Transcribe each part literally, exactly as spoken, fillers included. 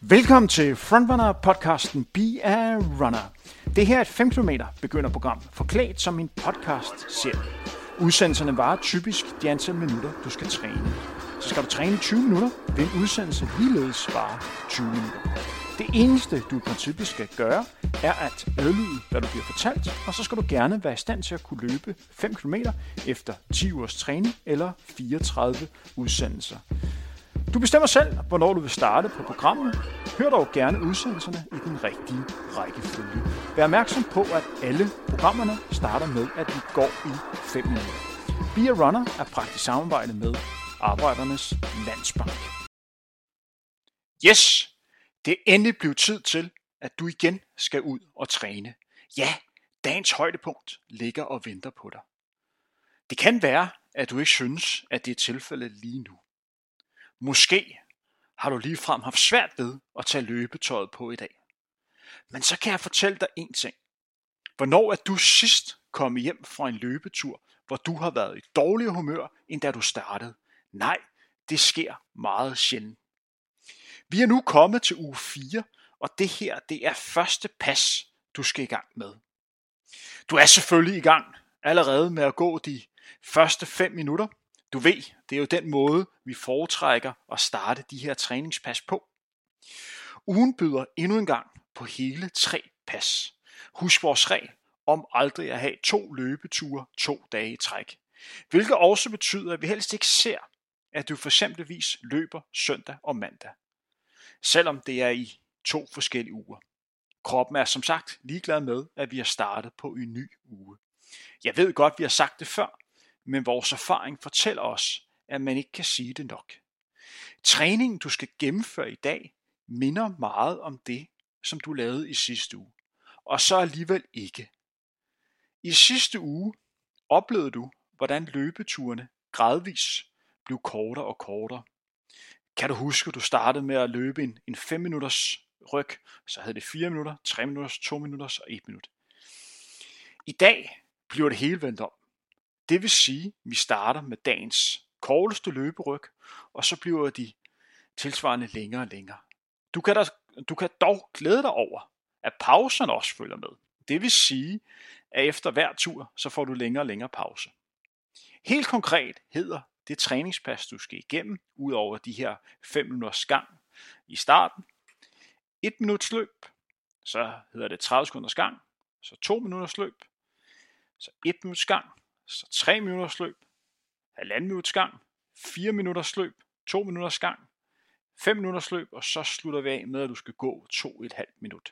Velkommen til Frontrunner-podcasten Be a Runner. Det her er et fem kilometer begynderprogram, forklædt som en podcast-serie. Udsendelserne varer typisk de antal minutter, du skal træne. Så skal du træne tyve minutter, vil en udsendelse ligeledes vare tyve minutter. Det eneste, du i princippet skal gøre, er at adlyde, hvad du bliver fortalt, og så skal du gerne være i stand til at kunne løbe fem kilometer efter ti ugers træning eller fireogtredive udsendelser. Du bestemmer selv, hvornår du vil starte på programmet. Hør dog gerne udsendelserne i den rigtige rækkefølge. Vær opmærksom på, at alle programmerne starter med, at vi går i fem minutter. Be a Runner er praktisk samarbejde med Arbejdernes Landsbank. Yes! Det er endelig blevet tid til, at du igen skal ud og træne. Ja, dagens højdepunkt ligger og venter på dig. Det kan være, at du ikke synes, at det er tilfældet lige nu. Måske har du ligefrem haft svært ved at tage løbetøjet på i dag. Men så kan jeg fortælle dig en ting. Hvornår er du sidst kommet hjem fra en løbetur, hvor du har været i dårligere humør, end da du startede? Nej, det sker meget sjældent. Vi er nu kommet til uge fire, og det her det er første pas, du skal i gang med. Du er selvfølgelig i gang allerede med at gå de første fem minutter. Du ved, det er jo den måde, vi foretrækker at starte de her træningspas på. Ugen byder endnu en gang på hele tre pas. Husk vores regel om aldrig at have to løbeture to dage i træk. Hvilket også betyder, at vi helst ikke ser, at du for eksempelvis løber søndag og mandag. Selvom det er i to forskellige uger. Kroppen er som sagt ligeglad med, at vi har startet på en ny uge. Jeg ved godt, vi har sagt det før, men vores erfaring fortæller os, at man ikke kan sige det nok. Træningen, du skal gennemføre i dag, minder meget om det, som du lavede i sidste uge. Og så alligevel ikke. I sidste uge oplevede du, hvordan løbeturene gradvis blev kortere og kortere. Kan du huske, at du startede med at løbe en, en fem minutters ryg, så havde det fire minutter, tre minutter, to minutter og et minut. I dag bliver det hele vendt om. Det vil sige, at vi starter med dagens korteste løberyg, og så bliver de tilsvarende længere og længere. Du kan, da, du kan dog glæde dig over, at pauserne også følger med. Det vil sige, at efter hver tur, så får du længere og længere pause. Helt konkret hedder det træningspas, du skal igennem, ud over de her fem minutters gang i starten. et minuts løb, så hedder det tredive sekunders gang, så to minutters løb, så et minuts gang, så tre minutters løb, halvanden minuts gang, fire minutters løb, to minutters gang, fem minutters løb, og så slutter vi af med, at du skal gå to og et halvt minut.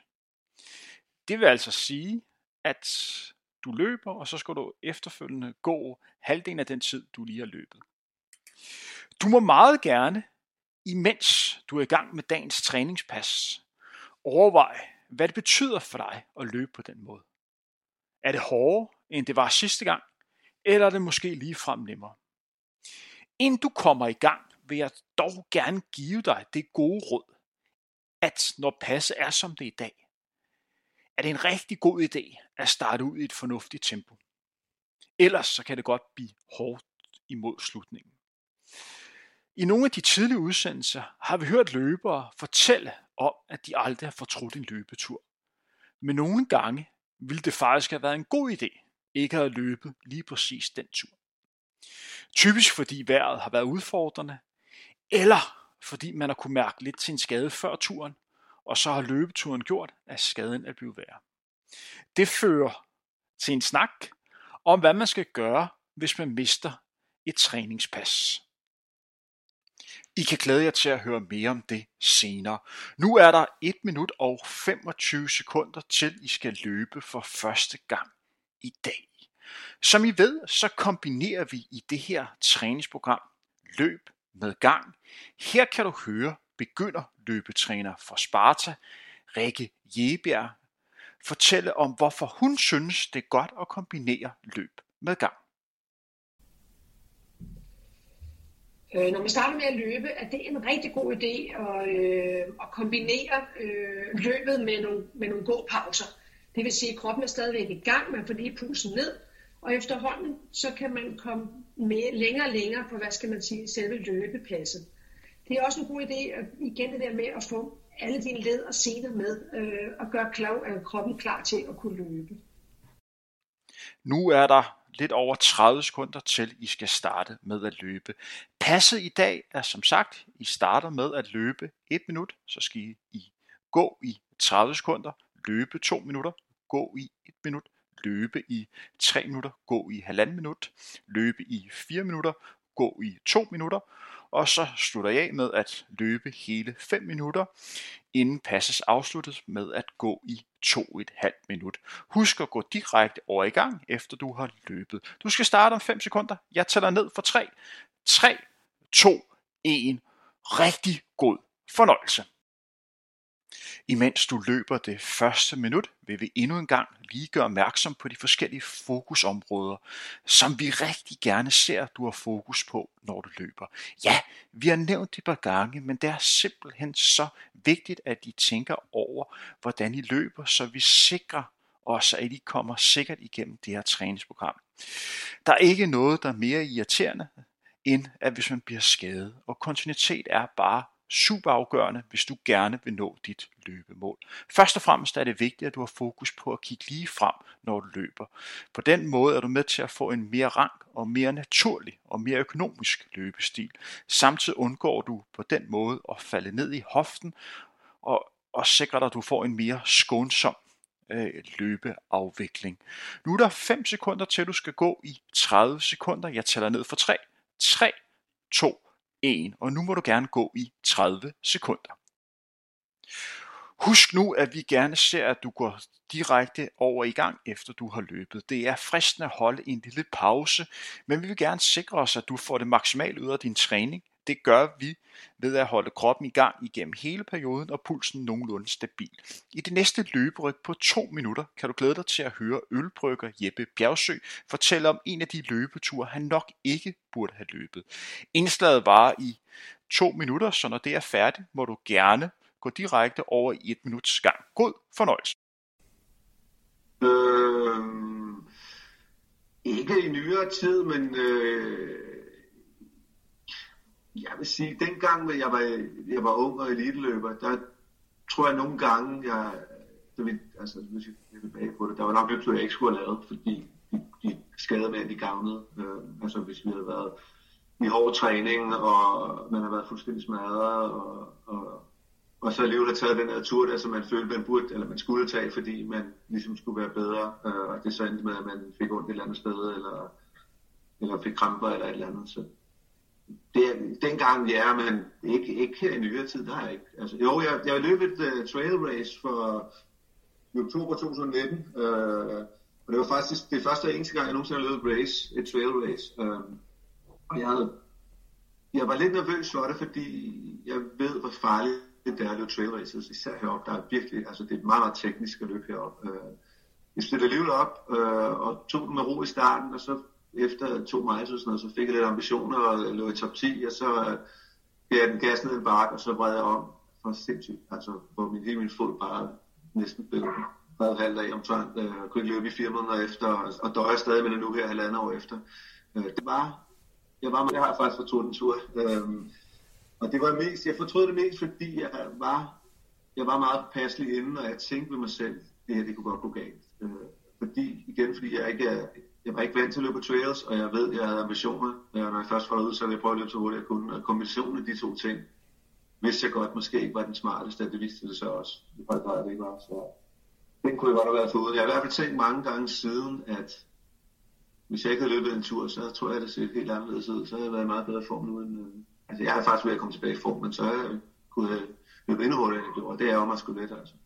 Det vil altså sige, at du løber, og så skal du efterfølgende gå halvdelen af den tid, du lige har løbet. Du må meget gerne, imens du er i gang med dagens træningspas, overveje, hvad det betyder for dig at løbe på den måde. Er det hårdere, end det var sidste gang, eller er det måske ligefrem nemmere? Inden du kommer i gang, vil jeg dog gerne give dig det gode råd, at når passet er som det er i dag, er det en rigtig god idé at starte ud i et fornuftigt tempo. Ellers så kan det godt blive hårdt imod slutningen. I nogle af de tidlige udsendelser har vi hørt løbere fortælle om, at de aldrig har fortrudt en løbetur. Men nogle gange ville det faktisk have været en god idé, ikke at have løbet lige præcis den tur. Typisk fordi vejret har været udfordrende, eller fordi man har kunne mærke lidt til en skade før turen, og så har løbeturen gjort, at skaden er blevet værre. Det fører til en snak om, hvad man skal gøre, hvis man mister et træningspas. I kan glæde jer til at høre mere om det senere. Nu er der et minut og femogtyve sekunder til, I skal løbe for første gang i dag. Som I ved, så kombinerer vi i det her træningsprogram løb med gang. Her kan du høre begynderløbetræner fra Sparta, Rikke Jebjerg, fortælle om, hvorfor hun synes, det er godt at kombinere løb med gang. Når man starter med at løbe, er det en rigtig god idé at, øh, at kombinere øh, løbet med nogle, med nogle gåpauser. Det vil sige, at kroppen er stadigvæk i gang, man får lige pulsen ned, og efterhånden så kan man komme mere, længere og længere på, hvad skal man sige, selve løbepasset. Det er også en god idé, at igen det der med at få alle dine led og sener med, øh, og gøre klar, kroppen klar til at kunne løbe. Nu er der lidt over tredive sekunder til I skal starte med at løbe. Passet i dag er som sagt, I starter med at løbe et minut, så skal I gå i tredive sekunder, løbe to minutter, gå i et minut, løbe i tre minutter, gå i halvanden minut, løbe i fire minutter, gå i to minutter, og så slutter jeg af med at løbe hele fem minutter, inden passes afsluttes med at gå i to komma fem minut. Husk at gå direkte over i gang, efter du har løbet. Du skal starte om fem sekunder. Jeg tæller ned for tre. tre, to, et. Rigtig god fornøjelse. Imens du løber det første minut, vil vi endnu en gang lige gøre opmærksom på de forskellige fokusområder, som vi rigtig gerne ser, du har fokus på, når du løber. Ja, vi har nævnt det et par gange, men det er simpelthen så vigtigt, at I tænker over, hvordan I løber, så vi sikrer os, at I kommer sikkert igennem det her træningsprogram. Der er ikke noget, der er mere irriterende, end at hvis man bliver skadet, og kontinuitet er bare super afgørende, hvis du gerne vil nå dit løbemål. Først og fremmest er det vigtigt, at du har fokus på at kigge lige frem, når du løber. På den måde er du med til at få en mere rank og mere naturlig og mere økonomisk løbestil. Samtidig undgår du på den måde at falde ned i hoften og, og sikre dig, at du får en mere skånsom øh, løbeafvikling. Nu er der fem sekunder til, du skal gå i tredive sekunder. Jeg tæller ned for tre. tre, to, et. Og nu må du gerne gå i tredive sekunder. Husk nu, at vi gerne ser, at du går direkte over i gang, efter du har løbet. Det er fristende at holde en lille pause, men vi vil gerne sikre os, at du får det maksimalt ud af din træning. Det gør vi ved at holde kroppen i gang igennem hele perioden og pulsen nogenlunde stabil. I det næste løberyg på to minutter kan du glæde dig til at høre ølbrygger Jeppe Bjergsø fortælle om en af de løbeture, han nok ikke burde have løbet. Indslaget varer i to minutter, så når det er færdigt, må du gerne gå direkte over i et minuts gang. God fornøjelse. Øh, ikke i nyere tid, men øh, jeg vil sige, dengang jeg var, jeg var ung og eliteløber, der tror jeg nogle gange, jeg, det, altså hvis jeg er tilbage på det, der var nok lidt, jeg ikke skulle have lavet, fordi de, de skadede med, de gavnede. Øh, altså hvis vi havde været i hård træning, og man har været fuldstændig smadret, og, og Og så alligevel have taget den her tur der, som man følte, man burde, eller man skulle tage, fordi man ligesom skulle være bedre. Øh, og det så endte med, at man fik ondt et eller andet sted, eller, eller fik kramper eller et eller andet. Så det, dengang, ja, men ikke, ikke her i nyere tid, der er ikke. Altså, jo, jeg, jeg løb et uh, trail race for i oktober to tusind nitten, øh, og det var faktisk det første og eneste gang, jeg nogensinde har løbet et race, et trail race. Øh, og jeg, havde, jeg var lidt nervøs for det, fordi jeg ved, hvor farligt det er at løbe trail races, især heroppe, der er virkelig, altså det er meget, meget teknisk at løbe heroppe. Jeg stillede alligevel op øh, og tog den med ro i starten, og så efter to miles og sådan noget, så fik jeg lidt ambitioner og lå i top ti, og så gav jeg den gas ned i en bakke, og så vred jeg om for sindssygt, altså hvor min, hele min fod bare næsten blev reddet halvt af omtrent. Jeg øh, kunne ikke løbe i fire måneder efter, og døjer stadig med det nu her halvandet år efter. Øh, det var, jeg var, jeg har faktisk fortrudt en tur. Øh, Og det var mest, jeg fortrød det mest, fordi jeg var, jeg var meget passelig inden, og jeg tænkte ved mig selv, det her det kunne godt gå galt. Øh, fordi, igen, fordi jeg ikke er, jeg var ikke vant til at løbe på trails, og jeg ved, jeg havde ambitioner. Og når jeg først var derude, så ville jeg prøve at løbe så hurtigt jeg kunne. Og kombinationen af de to ting, vidste jeg godt måske ikke var den smarteste, det vidste det så også. Det var det, det ikke var. Så den kunne jeg godt have været foruden. Jeg har i hvert fald tænkt mange gange siden, at hvis jeg ikke havde løbet en tur, så tror jeg, at det set helt anderledes ud. Så havde jeg været i meget bedre form nu end... Altså, jeg har faktisk ved at komme tilbage i form, men så jeg kunne jeg løbe endnu hurtigere, end jeg gjorde. Det er jo meget sgu let, altså.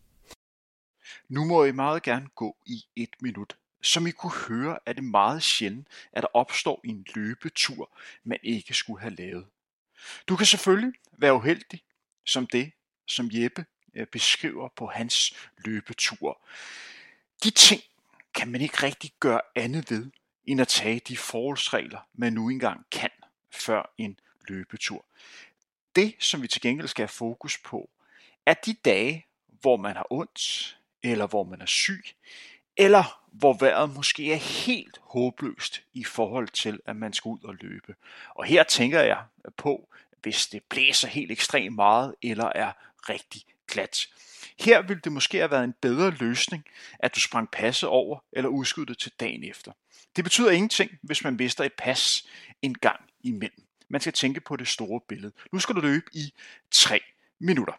Nu må I meget gerne gå i et minut. Som I kunne høre, er det meget sjældent, at der opstår en løbetur, man ikke skulle have lavet. Du kan selvfølgelig være uheldig, som det, som Jeppe beskriver på hans løbetur. De ting kan man ikke rigtig gøre andet ved, end at tage de forholdsregler, man nu engang kan, før en løbetur. Det, som vi til gengæld skal have fokus på, er de dage, hvor man har ondt, eller hvor man er syg, eller hvor vejret måske er helt håbløst i forhold til, at man skal ud og løbe. Og her tænker jeg på hvis det blæser helt ekstremt meget eller er rigtig glat. Her ville det måske have været en bedre løsning, at du sprang passet over eller udskød det til dagen efter. Det betyder ingenting, hvis man mister et pas en gang imellem. Man skal tænke på det store billede. Nu skal du løbe i tre minutter.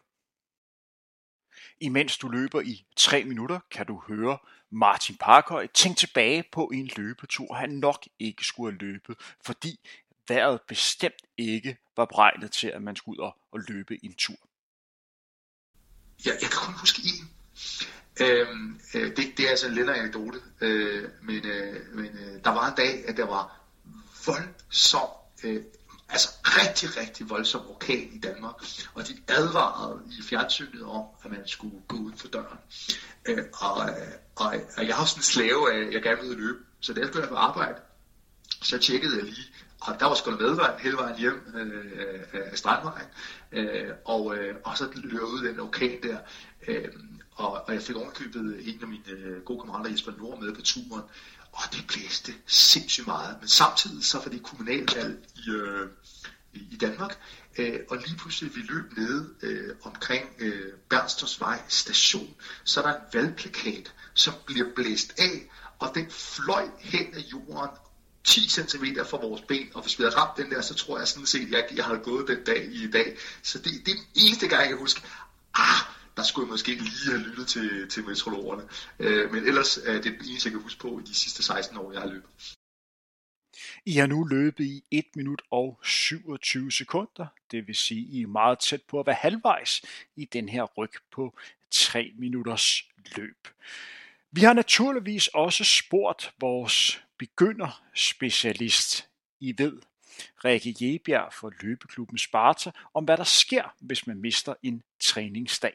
Imens du løber i tre minutter, kan du høre Martin Parkhøi tænke tilbage på en løbetur, han nok ikke skulle have løbet, fordi vejret bestemt ikke var beregnet til, at man skulle ud og løbe en tur. Ja, jeg kan kun huske en. Øhm, øh, det, det er altså en længere anekdote, øh, men, øh, men øh, der var en dag, at der var voldsom, øh, altså rigtig, rigtig voldsom orkan i Danmark, og de advarede i fjernsynet om, at man skulle gå uden for døren. Øh, og, og, og jeg har sådan en slave af, jeg gerne ville løbe, så da jeg skulle på arbejde, så tjekkede jeg lige, og der var sgu da medvejn hele vejen hjem øh, af Strandvejen, øh, og, øh, og så løb jeg ud i den orkan der, øh, og, og jeg fik ovenkøbet en af mine øh, gode kammerater, Jesper Nord, med på turen, og det blæste sindssygt meget, men samtidig så var det kommunalvalg i, øh, i Danmark, øh, og lige pludselig vi løb nede øh, omkring øh, Bernstorffsvej station, så er der en valgplakat, som bliver blæst af, og den fløj hen af jorden ti centimeter fra vores ben, og hvis vi havde ramt den der, så tror jeg sådan set, at jeg, jeg havde gået den dag i dag. Så det, det er den eneste gang, jeg kan huske, ah, der skulle jeg måske lige have lyttet til, til meteorologerne. Øh, men ellers er det det eneste, jeg kan huske på i de sidste seksten år, jeg har løbet. I har nu løbet i et minut og syvogtyve sekunder, det vil sige, I er meget tæt på at være halvvejs i den her ryg på tre minutters løb. Vi har naturligvis også spurgt vores begynderspecialist, I ved, Rikke Jebjerg fra løbeklubben Sparta, om hvad der sker, hvis man mister en træningsdag.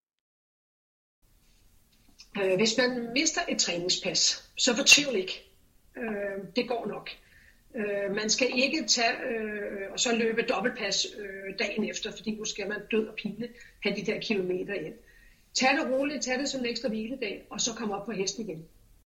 Hvis man mister et træningspas, så fortvivl ikke. Det går nok. Man skal ikke tage og så løbe dobbeltpas dagen efter, fordi nu skal man død og pine have de der kilometer ind. Tag det roligt, tag det som en ekstra hviledag, og så kom op på hesten igen.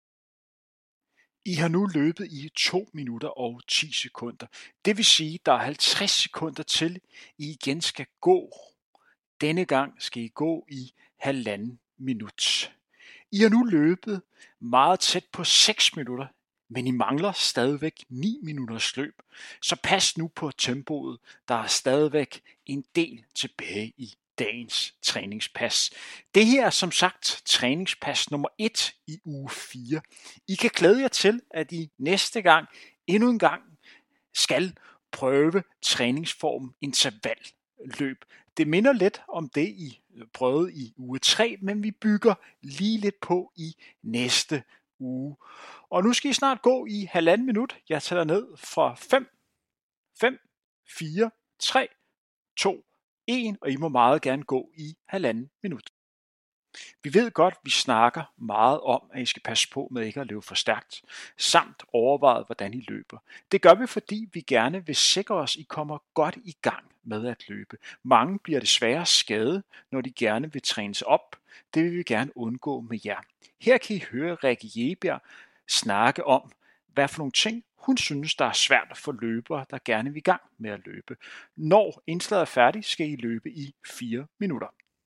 I har nu løbet i to minutter og ti sekunder. Det vil sige, at der er halvtreds sekunder til, I igen skal gå. Denne gang skal I gå i halvanden minut. I har nu løbet meget tæt på seks minutter, men I mangler stadigvæk ni minutters løb. Så pas nu på tempoet, der er stadigvæk en del tilbage i dagens træningspas. Det her er som sagt træningspas nummer et i uge fire. I kan glæde jer til, at I næste gang endnu en gang skal prøve træningsform intervalløb. Det minder lidt om det, I prøvede i uge tre, men vi bygger lige lidt på i næste uge. Og nu skal I snart gå i halvanden minut. Jeg tæller ned fra fem, fem, fire, tre, to, en, og I må meget gerne gå i halvanden minut. Vi ved godt, vi snakker meget om, at I skal passe på med ikke at løbe for stærkt, samt overveje, hvordan I løber. Det gør vi, fordi vi gerne vil sikre os, at I kommer godt i gang med at løbe. Mange bliver desværre skadet, når de gerne vil trænes op. Det vil vi gerne undgå med jer. Her kan I høre Rikke Jebjerg snakke om, hvad for nogle ting hun synes, der er svært for løbere, der gerne vil i gang med at løbe. Når indslaget er færdigt, skal I løbe i fire minutter.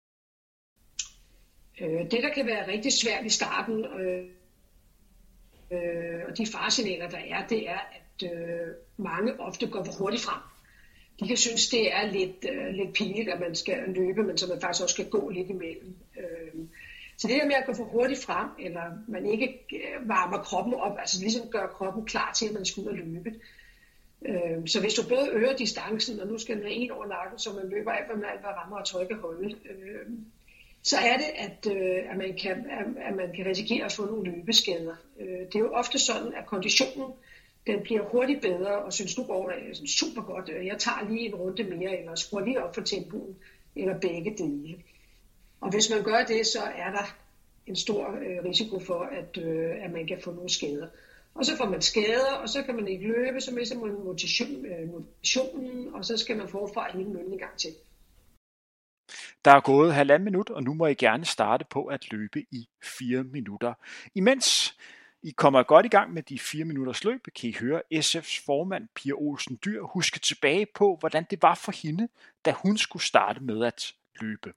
Det, der kan være rigtig svært i starten, øh, øh, og de faresignaler, der er, det er, at øh, mange ofte går for hurtigt frem. De kan synes, det er lidt, øh, lidt pinligt, at man skal løbe, men så man faktisk også skal gå lidt imellem. Øh, så det der med at gå for hurtigt frem, eller man ikke varmer kroppen op, altså ligesom gør kroppen klar til, at man skal ud og løbe. Øh, så hvis du både øger distancen, og nu skal man have en over nakken, så man løber af, hvad man alt, hvad rammer og trykker holde, øh, så er det, at, øh, at, man kan, at man kan risikere at få nogle løbeskader. Øh, det er jo ofte sådan, at konditionen den bliver hurtigt bedre, og synes du går det super godt, jeg tager lige en runde mere, eller skruer lige op for tempoen, eller begge dele. Og hvis man gør det, så er der en stor øh, risiko for, at, øh, at man kan få nogle skader. Og så får man skader, og så kan man ikke løbe, så mister man motivation, øh, motivationen, og så skal man forfra hele møllen en gang til. Der er gået halvanden minut, og nu må I gerne starte på at løbe i fire minutter. Imens I kommer godt i gang med de fire minutters løb, kan I høre S F's formand Pia Olsen Dyhr huske tilbage på, hvordan det var for hende, da hun skulle starte med at løbe.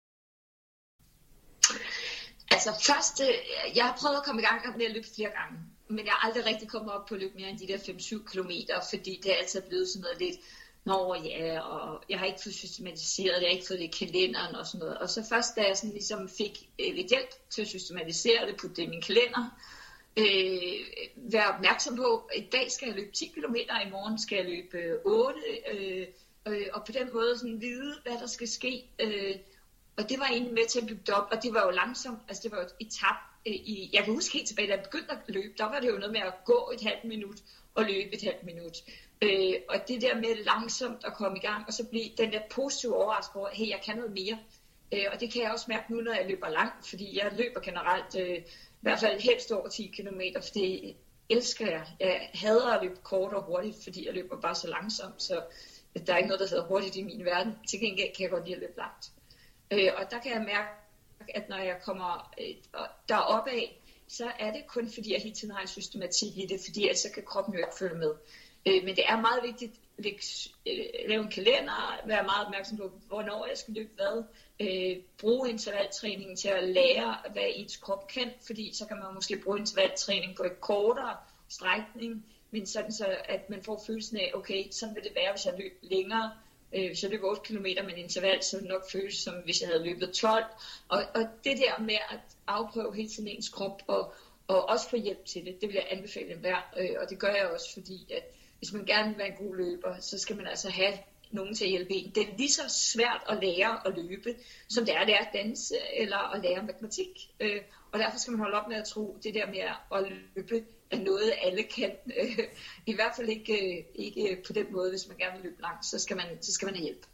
Altså først, jeg har prøvet at komme i gang med at løbe flere gange, men jeg har aldrig rigtig kommet op på at løbe mere end de der fem syv kilometer, fordi det er altid blevet sådan noget lidt, nå ja, og jeg har ikke fået systematiseret, jeg har ikke fået det i kalenderen og sådan noget. Og så først, da jeg sådan ligesom fik øh, lidt hjælp til at systematisere det, putte det i min kalender, øh, være opmærksom på, at i dag skal jeg løbe ti kilometer, i morgen skal jeg løbe otte, øh, øh, og på den måde sådan vide, hvad der skal ske. Øh, og det var egentlig med til at bygge det op, og det var jo langsomt, altså det var jo et etap. Øh, i, jeg kan huske helt tilbage, da jeg begyndte at løbe, der var det jo noget med at gå et halvt minut og løbe et halvt minut. Øh, og det der med langsomt at komme i gang, og så blive den der positive overraskelse over, hey, jeg kan noget mere. Øh, og det kan jeg også mærke nu, når jeg løber langt, fordi jeg løber generelt øh, i hvert fald helst over ti kilometer, for det elsker jeg. Jeg hader at løbe kort og hurtigt, fordi jeg løber bare så langsomt, så der er ikke noget, der hedder hurtigt i min verden. Til gengæld kan jeg godt lide at løbe langt. Øh, og der kan jeg mærke, at når jeg kommer øh, deroppe af, så er det kun fordi, jeg hele tiden har en systematik i det, fordi ellers så kan kroppen jo ikke følge med. Øh, men det er meget vigtigt at øh, lave en kalender, være meget opmærksom på, hvornår jeg skal løbe hvad. Øh, bruge intervaltræningen til at lære, hvad ens krop kan, fordi så kan man måske bruge intervaltræning på et kortere strækning, men sådan så, at man får følelsen af, okay, sådan vil det være, hvis jeg løber længere. Øh, hvis jeg løber otte kilometer med en interval, så vil det nok føles som, hvis jeg havde løbet tolv. Og, og det der med at afprøve hele tiden ens krop, og, og også få hjælp til det, det vil jeg anbefale enhver, øh, og det gør jeg også, fordi at hvis man gerne vil være en god løber, så skal man altså have nogen til at hjælpe en. Det er lige så svært at lære at løbe, som det er at lære at danse eller at lære matematik. Øh, og derfor skal man holde op med at tro, det der med at løbe er noget, alle kan. Øh, I hvert fald ikke, ikke på den måde, hvis man gerne vil løbe langt, så skal man, så skal man have hjælp.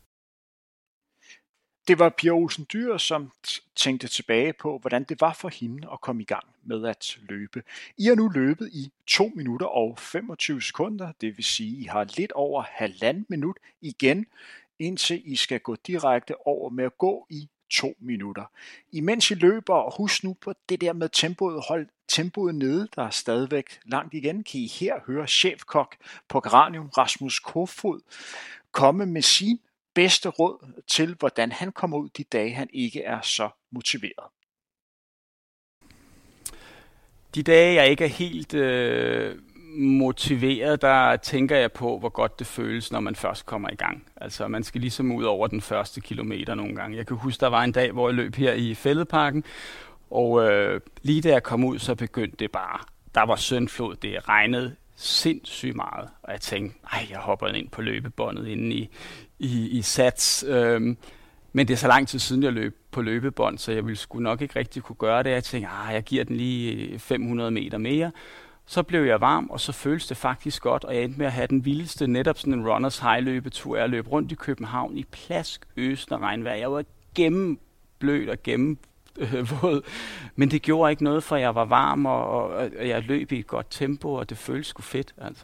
Det var Pia Olsen Dyhr, som tænkte tilbage på, hvordan det var for hende at komme i gang med at løbe. I har nu løbet i to minutter og femogtyve sekunder, det vil sige, I har lidt over halvanden minut igen, indtil I skal gå direkte over med at gå i to minutter. Imens I løber, og husk nu på det der med tempoet, hold tempoet nede, der er stadigvæk langt igen, kan I her høre chefkok på Granium, Rasmus Kofod, komme med sin bedste råd til, hvordan han kommer ud de dage, han ikke er så motiveret. De dage, jeg ikke er helt øh, motiveret, der tænker jeg på, hvor godt det føles, når man først kommer i gang. Altså, man skal ligesom ud over den første kilometer nogle gange. Jeg kan huske, der var en dag, hvor jeg løb her i Fælledparken, og øh, lige da jeg kom ud, så begyndte det bare. Der var syndflod, det regnede sindssygt meget, og jeg tænkte, ej, jeg hopper ind på løbebåndet inde i, i, i Sats. Øhm, men det er så lang tid siden, jeg løb på løbebånd, så jeg ville sgu nok ikke rigtig kunne gøre det. Jeg tænkte, ah, jeg giver den lige fem hundrede meter mere. Så blev jeg varm, og så føltes det faktisk godt, og jeg endte med at have den vildeste, netop sådan en runners high løbetur. Jeg løb rundt i København i plask, øsende regnvejr. Jeg var gennemblødt og gennem øh, våd, men det gjorde ikke noget, for jeg var varm, og, og, og jeg løb i et godt tempo, og det føltes sgu fedt, altså.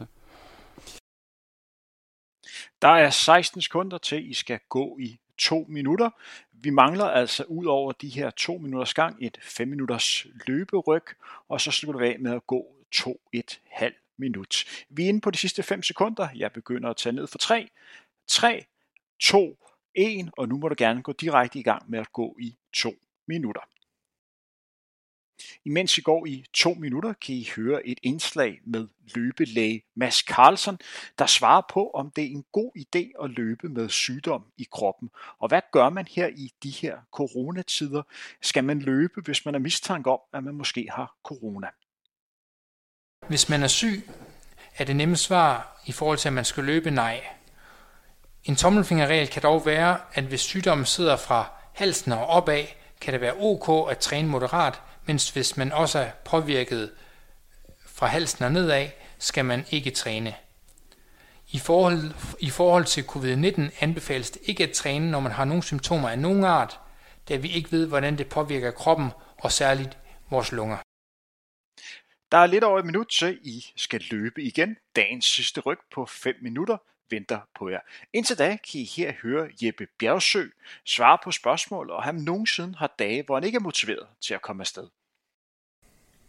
Der er seksten sekunder til, I skal gå i to minutter. Vi mangler altså ud over de her to minutters gang et fem minutters løberyg, og så slutter vi af med at gå to et halvt minut. Vi er inde på de sidste fem sekunder. Jeg begynder at tage ned for tre, tre, to, et, og nu må du gerne gå direkte i gang med at gå i to minutter. Imens I går i to minutter, kan I høre et indslag med løbelæge Mads Carlsen, der svarer på, om det er en god idé at løbe med sygdom i kroppen. Og hvad gør man her i de her coronatider? Skal man løbe, hvis man er mistanke om, at man måske har corona? Hvis man er syg, er det nemme svar i forhold til, at man skal løbe nej. En tommelfingerregel kan dog være, at hvis sygdommen sidder fra halsen og opad, kan det være ok at træne moderat, mens hvis man også er påvirket fra halsen og nedad, skal man ikke træne. I forhold, i forhold til covid nitten anbefales det ikke at træne, når man har nogle symptomer af nogen art, da vi ikke ved, hvordan det påvirker kroppen og særligt vores lunger. Der er lidt over et minut, så I skal løbe igen. Dagens sidste ryg på fem minutter venter på jer. Indtil da kan I her høre Jeppe Bjergsø svare på spørgsmål, og han nogensinde har dage, hvor han ikke er motiveret til at komme afsted.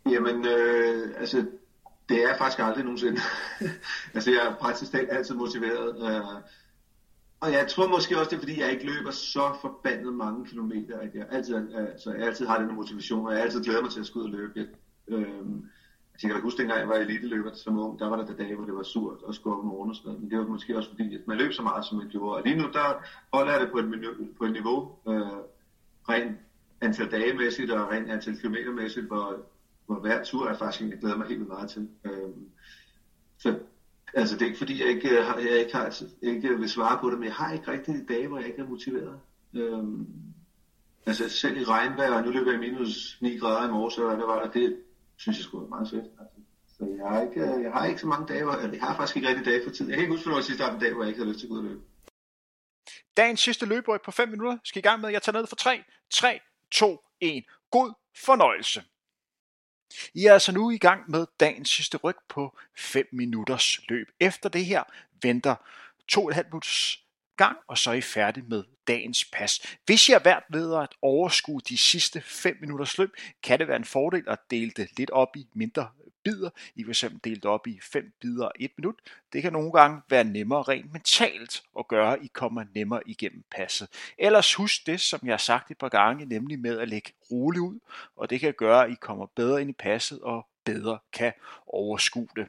Jamen, øh, altså, det er faktisk aldrig nogensinde. altså, jeg er praktisk talt altid motiveret. Øh, og jeg tror måske også, det er, fordi jeg ikke løber så forbandet mange kilometer, at jeg altid, altså, jeg altid har den motivation, og jeg altid glæder mig til at skulle ud og løbe. Jeg, øh, altså, jeg kan huske, dengang jeg var eliteløber som ung, der var der dage, hvor det var surt at skulle op om morgenen og sådan noget. Men det var måske også fordi, at man løb så meget, som jeg gjorde. Og lige nu, der holder jeg det på et, på et niveau, øh, rent antal dagemæssigt og rent antal kilometermæssigt, hvor hvor hver tur er faktisk, jeg glæder mig helt meget til. Øhm, så altså, det er ikke fordi, jeg ikke, har, jeg ikke, har, ikke vil svare på det, men jeg har ikke rigtig dage, hvor jeg ikke er motiveret. Øhm, altså selv i regnvejr, og nu løber jeg minus ni grader i morges, og hvad var der, det synes jeg skulle være meget sødt. Altså, så jeg har, ikke, jeg har ikke så mange dage, hvor, eller jeg har faktisk ikke rigtig dage for tid. Jeg kan ikke huske, hvornår jeg sidste aften dag, hvor jeg ikke havde lyst til at gå ud og løbe. Dagens sidste løberyg på fem minutter skal i gang med. Jeg tager ned for tre, tre, to, et. God fornøjelse. I er altså nu i gang med dagens sidste ryg på fem minutters løb. Efter det her venter to og et halvt minutters gang, og så er I færdig med dagens pas. Hvis I er værd ved at overskue de sidste fem minutters løb, kan det være en fordel at dele det lidt op i mindre bidder. I kan fx dele det op i fem bidder et minut. Det kan nogle gange være nemmere rent mentalt at gøre, at I kommer nemmere igennem passet. Ellers husk det, som jeg har sagt et par gange, nemlig med at lægge roligt ud, og det kan gøre, at I kommer bedre ind i passet og bedre kan overskue det.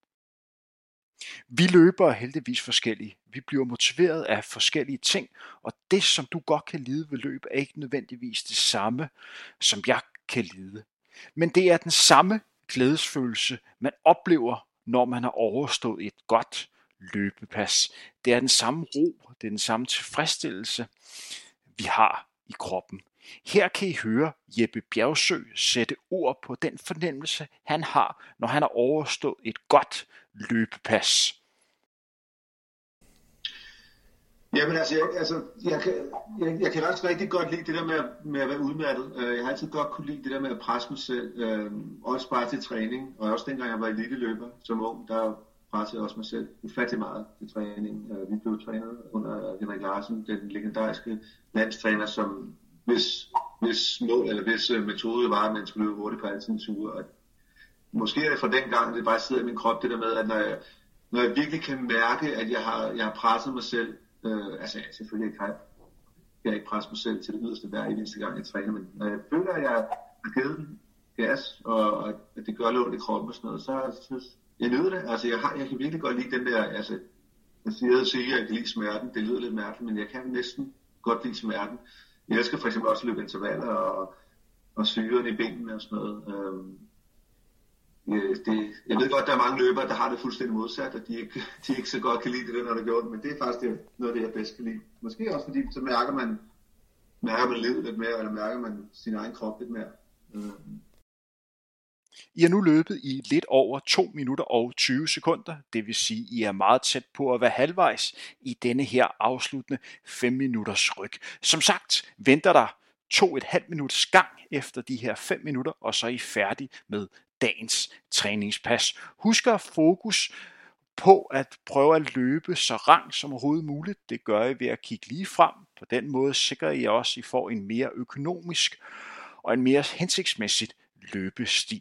Vi løber heldigvis forskellige. Vi bliver motiveret af forskellige ting, og det, som du godt kan lide ved løb, er ikke nødvendigvis det samme, som jeg kan lide. Men det er den samme glædesfølelse, man oplever, når man har overstået et godt løbepas. Det er den samme ro, det er den samme tilfredsstillelse, vi har i kroppen. Her kan I høre Jeppe Bjergsø sætte ord på den fornemmelse, han har, når han har overstået et godt løbepas. Jamen altså, jeg, altså, jeg, kan, jeg, jeg kan også rigtig godt lide det der med at, med at være udmattet. Jeg har altid godt kunne lide det der med at presse mig selv, øh, også bare til træning. Og også dengang jeg var eliteløber som ung, der pressede jeg også mig selv ufattelig meget til træning. Vi blev trænet under Henrik Larsen, den legendariske landstræner, som hvis, hvis mål eller hvis metode var, at man skulle løbe hurtigt på alle sine ture. Og måske er det fra den gang, det bare sidder i min krop, det der med, at når jeg, når jeg virkelig kan mærke, at jeg har, jeg har presset mig selv, øh, altså jeg selvfølgelig ikke har, jeg har ikke presset mig selv til det yderste hver eneste gang, jeg træner, men når jeg føler, at jeg har givet den gas, og at det gør lidt i kroppen og sådan noget, så, så jeg nyder det. Altså jeg, har, jeg kan virkelig godt lide den der, altså jeg siger, at jeg kan lide smerten, det lyder lidt mærkeligt, men jeg kan næsten godt lide smerten. Jeg elsker for eksempel også at løbe intervaller og, og syren i benene og sådan noget. Øhm, det, jeg ved godt, der er mange løbere, der har det fuldstændig modsat, og de ikke, de ikke så godt kan lide det, når det gjort det, men det er faktisk det, noget af det, jeg bedst kan lide. Måske også fordi, så mærker man, mærker man livet lidt mere, eller mærker man sin egen krop lidt mere. Øhm. I har nu løbet i lidt over to minutter og tyve sekunder, det vil sige, at I er meget tæt på at være halvvejs i denne her afsluttende fem minutters ryg. Som sagt venter der to og et halvt minutters gang efter de her fem minutter, og så er I færdig med dagens træningspas. Husk at fokus på at prøve at løbe så rank som overhovedet muligt. Det gør I ved at kigge lige frem. På den måde sikrer I også, at I får en mere økonomisk og en mere hensigtsmæssig løbestil.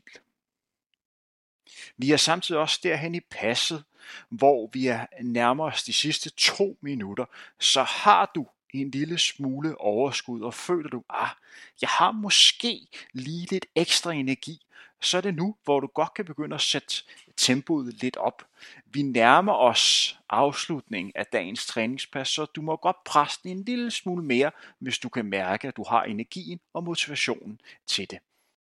Vi er samtidig også derhen i passet, hvor vi er nærmere os de sidste to minutter, så har du en lille smule overskud, og føler du, ah, jeg har måske lige lidt ekstra energi, så er det nu, hvor du godt kan begynde at sætte tempoet lidt op. Vi nærmer os afslutningen af dagens træningspas, så du må godt presse den en lille smule mere, hvis du kan mærke, at du har energien og motivationen til det.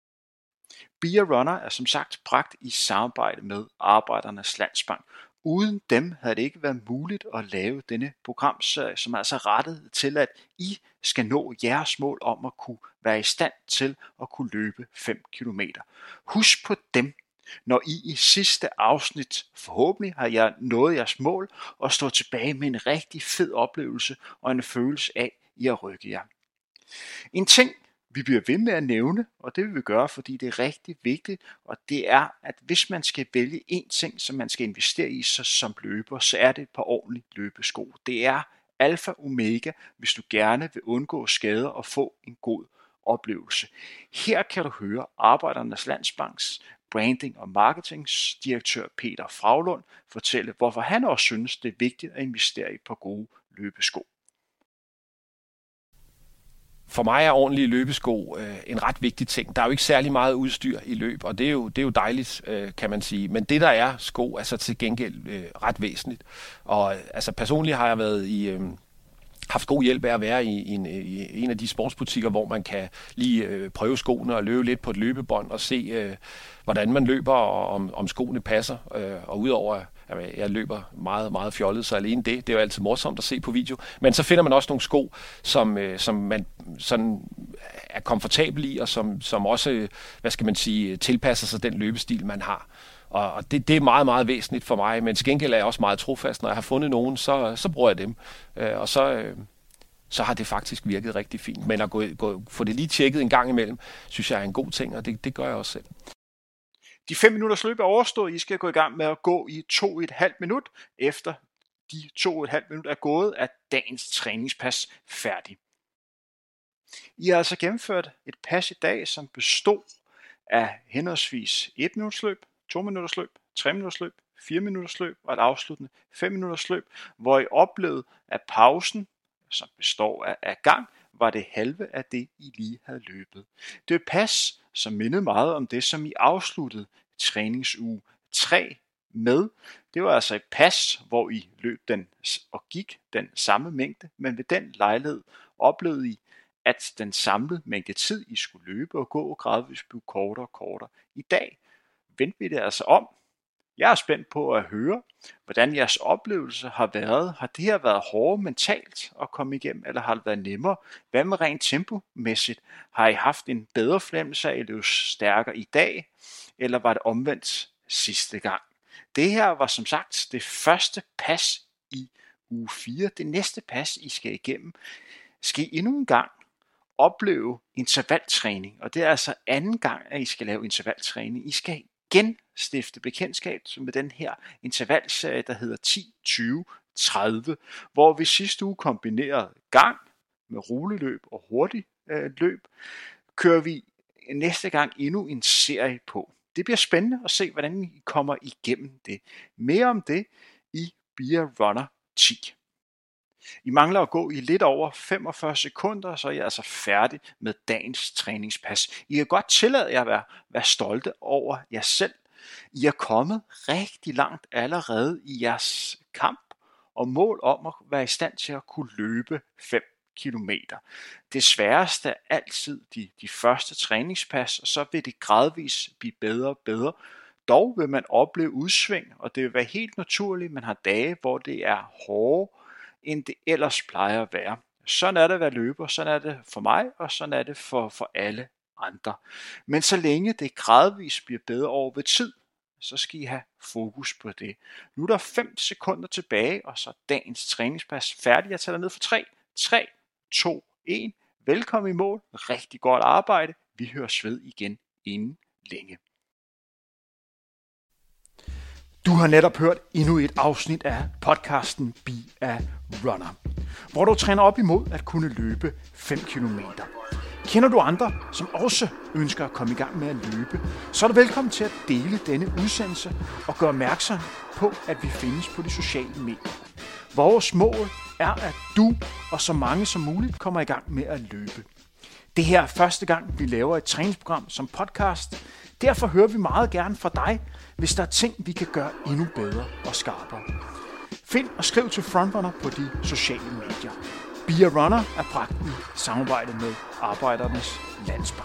Be a Runner er som sagt bragt i samarbejde med Arbejdernes Landsbank. Uden dem havde det ikke været muligt at lave denne programserie, som er altså rettet til, at I skal nå jeres mål om at kunne være i stand til at kunne løbe fem kilometer. Husk på dem, når I i sidste afsnit forhåbentlig har jeg nået jeres mål og står tilbage med en rigtig fed oplevelse og en følelse af, at I har rykket jer. En ting, vi bliver ved med at nævne, og det vil vi gøre, fordi det er rigtig vigtigt, og det er, at hvis man skal vælge en ting, som man skal investere i så som løber, så er det et par ordentlige løbesko. Det er alfa omega, hvis du gerne vil undgå skader og få en god oplevelse. Her kan du høre Arbejdernes Landsbanks branding- og marketingsdirektør Peter Fraglund fortælle, hvorfor han også synes, det er vigtigt at investere i på gode løbesko. For mig er ordentlige løbesko øh, en ret vigtig ting. Der er jo ikke særlig meget udstyr i løb, og det er jo, det er jo dejligt, øh, kan man sige. Men det, der er sko, er så til gengæld øh, ret væsentligt. Og altså personligt har jeg været i... Øh, haft god hjælp af at være i en, i en af de sportsbutikker, hvor man kan lige øh, prøve skoene og løbe lidt på et løbebånd og se, øh, hvordan man løber, og om, om skoene passer. Øh, og udover at jeg løber meget, meget fjollet, så alene det, det er jo altid morsomt at se på video. Men så finder man også nogle sko, som, øh, som man sådan er komfortabel i, og som, som også, hvad skal man sige, tilpasser sig den løbestil, man har. Og det, det er meget, meget væsentligt for mig, men til gengæld er jeg også meget trofast. Når jeg har fundet nogen, så, så bruger jeg dem. Øh, og så, øh, så har det faktisk virket rigtig fint. Men at gå, gå, få det lige tjekket en gang imellem, synes jeg er en god ting, og det, det gør jeg også selv. De fem minutters løb er overstået. I skal gå i gang med at gå i to og et halvt minut. Efter de to og et halvt minut er gået, er dagens træningspas færdig. I har altså gennemført et pas i dag, som bestod af henholdsvis et minuts løb, to minutters løb, tre minutters løb, fire minutters løb og et afsluttende fem minutters løb, hvor I oplevede, at pausen, som består af, af gang, var det halve af det, I lige havde løbet. Det er et pas, som mindede meget om det, som I afsluttede træningsuge tre med. Det var altså et pas, hvor I løb den og gik den samme mængde, men ved den lejlighed oplevede I, at den samlede mængde tid, I skulle løbe og gå, gradvist blev kortere og kortere. I dag vendte vi det altså om. Jeg er spændt på at høre, hvordan jeres oplevelse har været. Har det her været hårdt mentalt at komme igennem, eller har det været nemmere? Hvad med rent tempomæssigt? Har I haft en bedre fornemmelse af at løbe stærkere i dag, eller var det omvendt sidste gang? Det her var som sagt det første pas i uge fire. Det næste pas, I skal igennem, skal I endnu en gang opleve intervaltræning, og det er altså anden gang, at I skal lave intervaltræning. I skal igen stifte bekendtskab med den her intervalserie, der hedder ti, tyve, tredive, hvor vi sidste uge kombinerede gang med ruleløb og hurtig øh, løb, kører vi næste gang endnu en serie på. Det bliver spændende at se, hvordan I kommer igennem det. Mere om det i Be A Runner ti. I mangler at gå i lidt over femogfyrre sekunder, så er I altså færdig med dagens træningspas. I kan godt tillade jer at være, være stolte over jer selv. I er kommet rigtig langt allerede i jeres kamp og mål om at være i stand til at kunne løbe fem kilometer. Det sværeste er altid de, de første træningspas, og så vil det gradvist blive bedre og bedre. Dog vil man opleve udsving, og det vil være helt naturligt, man har dage, hvor det er hårdere, end det ellers plejer at være. Sådan er det at være løber, sådan er det for mig, og sådan er det for, for alle andre. Men så længe det gradvist bliver bedre over ved tid, så skal I have fokus på det. Nu er der fem sekunder tilbage, og så er dagens træningspas færdig. Jeg tæller ned for tre, tre, to, et. Velkommen i mål. Rigtig godt arbejde. Vi høres ved igen inden længe. Du har netop hørt endnu et afsnit af podcasten Be A Runner, hvor du træner op imod at kunne løbe fem kilometer. Kender du andre, som også ønsker at komme i gang med at løbe, så er du velkommen til at dele denne udsendelse og gøre opmærksom på, at vi findes på de sociale medier. Vores mål er, at du og så mange som muligt kommer i gang med at løbe. Det her er første gang, vi laver et træningsprogram som podcast. Derfor hører vi meget gerne fra dig, hvis der er ting, vi kan gøre endnu bedre og skarpere. Find og skriv til Frontrunner på de sociale medier. Be A Runner er bragt i samarbejde med Arbejdernes Landsbank.